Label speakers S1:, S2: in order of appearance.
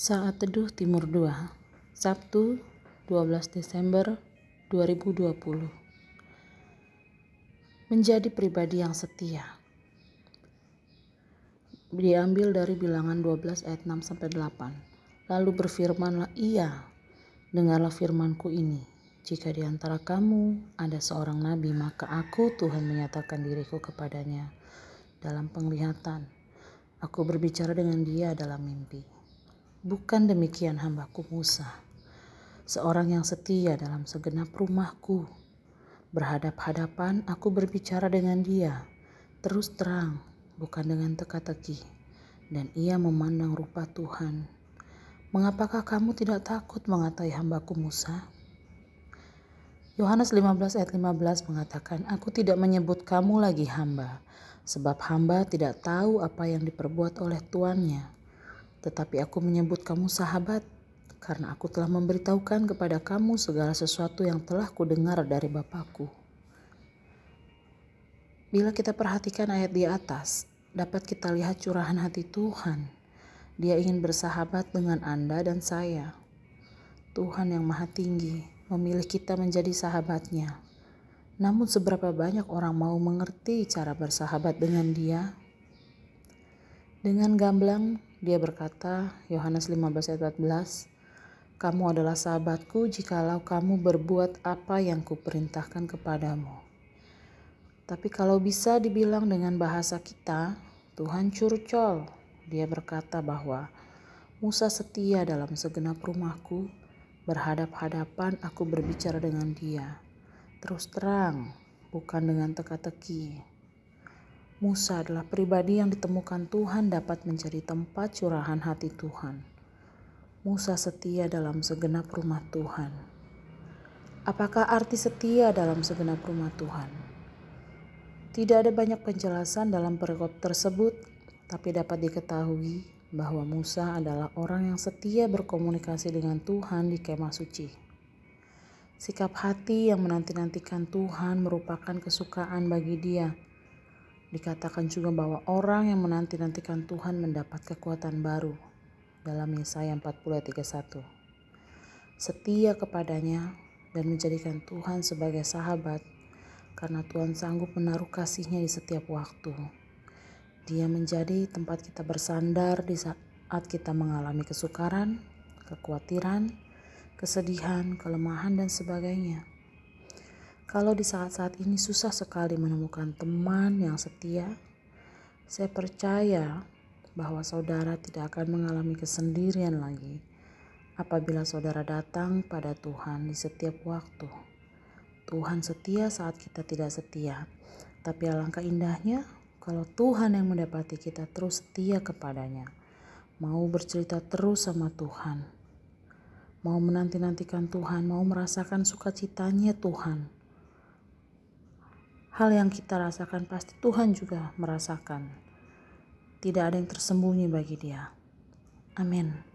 S1: Saat Teduh Timur 2, Sabtu 12 Desember 2020. Menjadi pribadi yang setia. Diambil dari Bilangan 12 ayat 6-8. Lalu berfirmanlah Ia, dengarlah firmanku ini. Jika di antara kamu ada seorang nabi, maka aku Tuhan menyatakan diriku kepadanya dalam penglihatan. Aku berbicara dengan dia dalam mimpi. Bukan demikian hambaku Musa, seorang yang setia dalam segenap rumahku. Berhadap-hadapan aku berbicara dengan dia, terus terang, bukan dengan teka-teki. Dan ia memandang rupa Tuhan. Mengapakah kamu tidak takut mengatai hambaku Musa? Yohanes 15 ayat 15 mengatakan, Aku tidak menyebut kamu lagi hamba, sebab hamba tidak tahu apa yang diperbuat oleh tuannya. Tetapi aku menyebut kamu sahabat, karena aku telah memberitahukan kepada kamu segala sesuatu yang telah kudengar dari Bapakku. Bila kita perhatikan ayat di atas, dapat kita lihat curahan hati Tuhan. Dia ingin bersahabat dengan Anda dan saya. Tuhan yang Maha Tinggi memilih kita menjadi sahabatnya. Namun seberapa banyak orang mau mengerti cara bersahabat dengan Dia? Dengan gamblang dia berkata, Yohanes 15 ayat 14, Kamu adalah sahabatku jikalau kamu berbuat apa yang kuperintahkan kepadamu. Tapi kalau bisa dibilang dengan bahasa kita, Tuhan curcol. Dia berkata bahwa Musa setia dalam segenap rumahku, berhadap-hadapan aku berbicara dengan dia. Terus terang, bukan dengan teka-teki. Musa adalah pribadi yang ditemukan Tuhan dapat menjadi tempat curahan hati Tuhan. Musa setia dalam segenap rumah Tuhan. Apakah arti setia dalam segenap rumah Tuhan? Tidak ada banyak penjelasan dalam perikop tersebut, tapi dapat diketahui bahwa Musa adalah orang yang setia berkomunikasi dengan Tuhan di kemah suci. Sikap hati yang menanti-nantikan Tuhan merupakan kesukaan bagi dia. Dikatakan juga bahwa orang yang menanti-nantikan Tuhan mendapat kekuatan baru dalam Yesaya 40 ayat 31. Setia kepadanya dan menjadikan Tuhan sebagai sahabat karena Tuhan sanggup menaruh kasih-Nya di setiap waktu. Dia menjadi tempat kita bersandar di saat kita mengalami kesukaran, kekhawatiran, kesedihan, kelemahan dan sebagainya. Kalau di saat-saat ini susah sekali menemukan teman yang setia, saya percaya bahwa saudara tidak akan mengalami kesendirian lagi apabila saudara datang pada Tuhan di setiap waktu. Tuhan setia saat kita tidak setia, tapi alangkah indahnya kalau Tuhan yang mendapati kita terus setia kepadanya, mau bercerita terus sama Tuhan, mau menanti-nantikan Tuhan, mau merasakan sukacitanya Tuhan. Hal yang kita rasakan pasti Tuhan juga merasakan. Tidak ada yang tersembunyi bagi Dia. Amin.